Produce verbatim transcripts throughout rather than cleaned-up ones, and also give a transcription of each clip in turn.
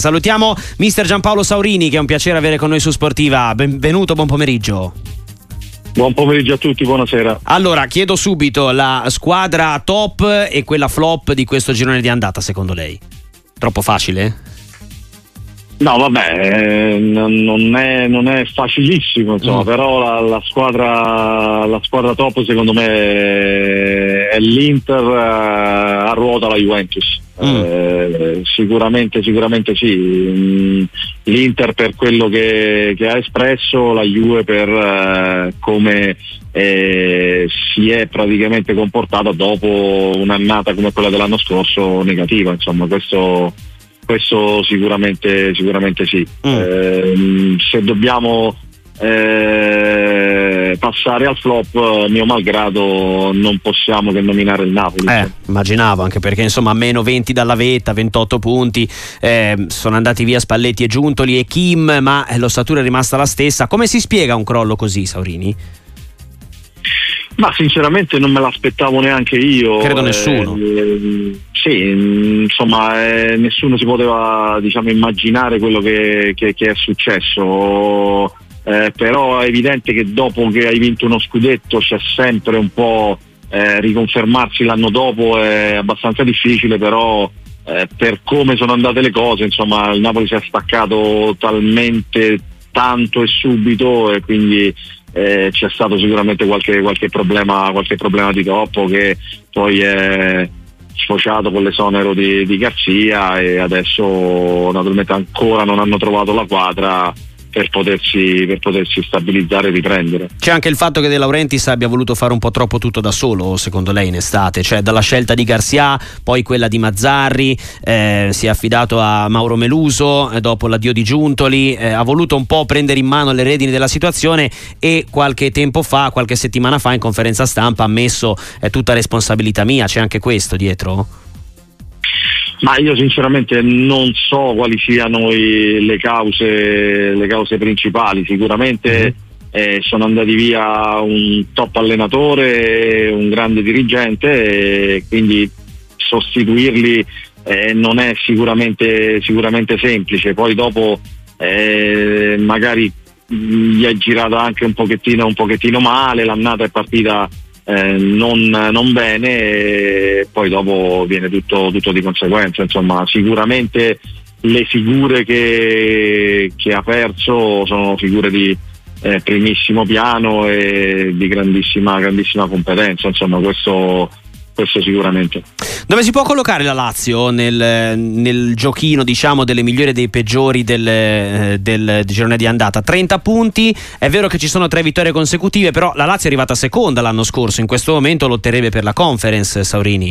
Salutiamo mister Giampaolo Saurini, che è un piacere avere con noi su Sportiva. Benvenuto, buon pomeriggio. Buon pomeriggio a tutti, buonasera. Allora, chiedo subito, la squadra top e quella flop di questo girone di andata, secondo lei? Troppo facile? No, vabbè, eh, non, è, non è facilissimo, insomma, mm. però la, la squadra la squadra top secondo me è l'Inter uh, a ruota la Juventus. Mm. Eh, sicuramente, sicuramente sì. L'Inter per quello che, che ha espresso, la Juve per uh, come eh, si è praticamente comportata dopo un'annata come quella dell'anno scorso negativa, insomma, questo Questo sicuramente, sicuramente sì. Mm. Eh, se dobbiamo eh, passare al flop, mio malgrado, non possiamo che nominare il Napoli. Eh, immaginavo, anche perché insomma a meno venti dalla vetta, ventotto punti, eh, sono andati via Spalletti e Giuntoli e Kim, ma l'ossatura è rimasta la stessa. Come si spiega un crollo così, Saurini? Ma sinceramente non me l'aspettavo neanche io. Credo nessuno. Eh, sì, insomma, eh, nessuno si poteva, diciamo, immaginare quello che, che, che è successo. Eh, però è evidente che dopo che hai vinto uno scudetto c'è sempre un po' eh, riconfermarsi l'anno dopo è abbastanza difficile, però eh, per come sono andate le cose, insomma, il Napoli si è staccato talmente tanto e subito, e quindi Eh, c'è stato sicuramente qualche, qualche problema qualche problema di troppo che poi è sfociato con l'esonero di, di Garzia, e adesso naturalmente ancora non hanno trovato la quadra per potersi, per potersi stabilizzare e riprendere. C'è anche il fatto che De Laurentiis abbia voluto fare un po' troppo tutto da solo, secondo lei, in estate, cioè dalla scelta di Garcia, poi quella di Mazzarri, eh, si è affidato a Mauro Meluso, eh, dopo l'addio di Giuntoli, eh, ha voluto un po' prendere in mano le redini della situazione, e qualche tempo fa, qualche settimana fa, in conferenza stampa ha ammesso è tutta responsabilità mia. C'è anche questo dietro? Ma io sinceramente non so quali siano i, le cause le cause principali. Sicuramente eh, sono andati via un top allenatore, un grande dirigente, e quindi sostituirli eh, non è sicuramente sicuramente semplice. Poi dopo eh, magari gli è girato anche un pochettino un pochettino male, l'annata è partita Eh, non, non bene, e poi dopo viene tutto, tutto di conseguenza. Insomma, sicuramente le figure che, che ha perso sono figure di eh, primissimo piano e di grandissima, grandissima competenza, insomma, questo questo sicuramente. Dove si può collocare la Lazio nel, nel giochino, diciamo, delle migliori e dei peggiori del, del girone di andata? trenta punti, è vero che ci sono tre vittorie consecutive, però la Lazio è arrivata seconda l'anno scorso, in questo momento lotterebbe per la Conference, Saurini.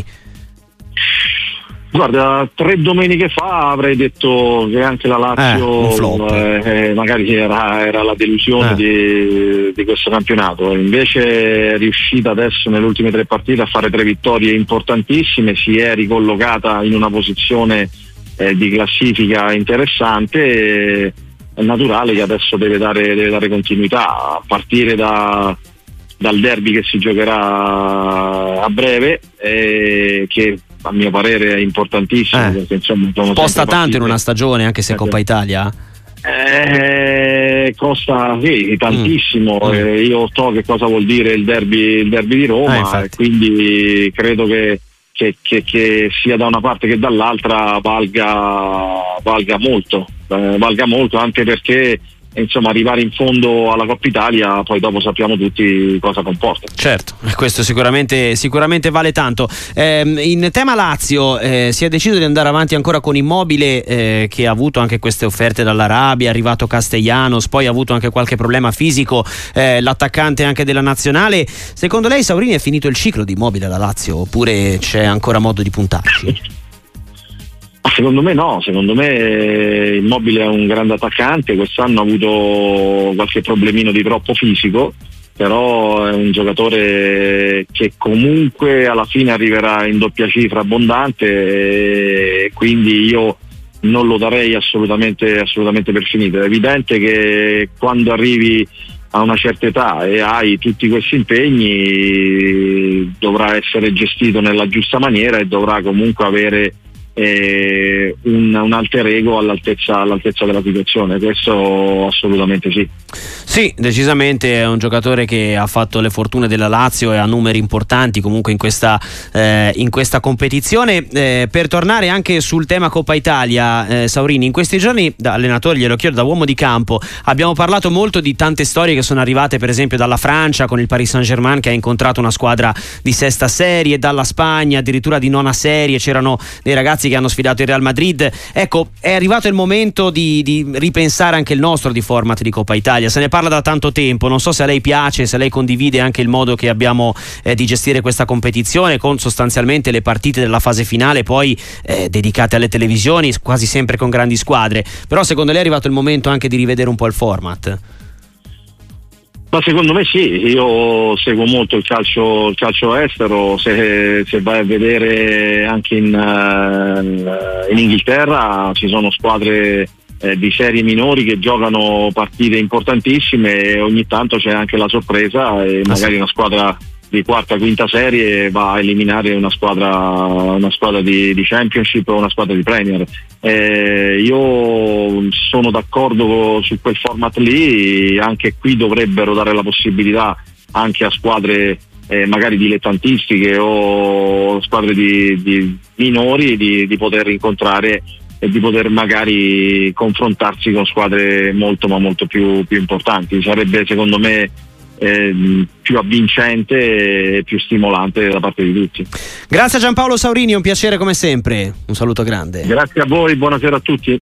Guarda, tre domeniche fa avrei detto che anche la Lazio eh, eh, magari era, era la delusione eh. di, di questo campionato, invece è riuscita adesso nelle ultime tre partite a fare tre vittorie importantissime, si è ricollocata in una posizione eh, di classifica interessante, e è naturale che adesso deve dare, deve dare continuità, a partire da, dal derby che si giocherà a breve, eh, che a mio parere è importantissimo, eh. perché insomma costa tanto in una stagione, anche se eh, Coppa Italia eh, costa sì, tantissimo. mm. eh, io so che cosa vuol dire il derby, il derby di Roma, eh, e quindi credo che, che, che, che sia da una parte che dall'altra valga, valga molto eh, valga molto, anche perché insomma arrivare in fondo alla Coppa Italia poi dopo sappiamo tutti cosa comporta. Certo, questo sicuramente sicuramente vale tanto. Eh, in tema Lazio eh, si è deciso di andare avanti ancora con Immobile, eh, che ha avuto anche queste offerte dall'Arabia, è arrivato Castellanos, poi ha avuto anche qualche problema fisico, eh, l'attaccante anche della nazionale. Secondo lei, Saurini, è finito il ciclo di Immobile alla Lazio, oppure c'è ancora modo di puntarci? Secondo me no, secondo me Immobile è un grande attaccante, quest'anno ha avuto qualche problemino di troppo fisico, però è un giocatore che comunque alla fine arriverà in doppia cifra abbondante, e quindi io non lo darei assolutamente, assolutamente per finito. È evidente che quando arrivi a una certa età e hai tutti questi impegni dovrà essere gestito nella giusta maniera, e dovrà comunque avere eh, un, un alter ego all'altezza, all'altezza della situazione, questo assolutamente sì. Sì, decisamente è un giocatore che ha fatto le fortune della Lazio e ha numeri importanti comunque in questa, eh, in questa competizione. Eh, per tornare anche sul tema Coppa Italia, eh, Saurini, in questi giorni da allenatore, glielo chiedo da uomo di campo, abbiamo parlato molto di tante storie che sono arrivate per esempio dalla Francia con il Paris Saint-Germain che ha incontrato una squadra di sesta serie, dalla Spagna addirittura di nona serie, c'erano dei ragazzi che hanno sfidato il Real Madrid. Ecco, è arrivato il momento di, di ripensare anche il nostro di format di Coppa Italia. Se ne parla da tanto tempo, non so se a lei piace, se lei condivide anche il modo che abbiamo eh, di gestire questa competizione, con sostanzialmente le partite della fase finale poi eh, dedicate alle televisioni, quasi sempre con grandi squadre. Però secondo lei è arrivato il momento anche di rivedere un po' il format? Ma secondo me sì, io seguo molto il calcio, il calcio estero, se, se vai a vedere anche in, uh, in Inghilterra ci sono squadre eh, di serie minori che giocano partite importantissime e ogni tanto c'è anche la sorpresa e magari una squadra di quarta, quinta serie va a eliminare una squadra, una squadra di, di Championship o una squadra di Premier. Eh, io sono d'accordo su quel format lì, anche qui dovrebbero dare la possibilità anche a squadre eh, magari dilettantistiche o squadre di, di minori di, di poter incontrare e di poter magari confrontarsi con squadre molto ma molto più, più importanti. Sarebbe secondo me Eh, più avvincente e più stimolante da parte di tutti. Grazie a Giampaolo Saurini, un piacere come sempre, un saluto grande. Grazie a voi, buonasera a tutti.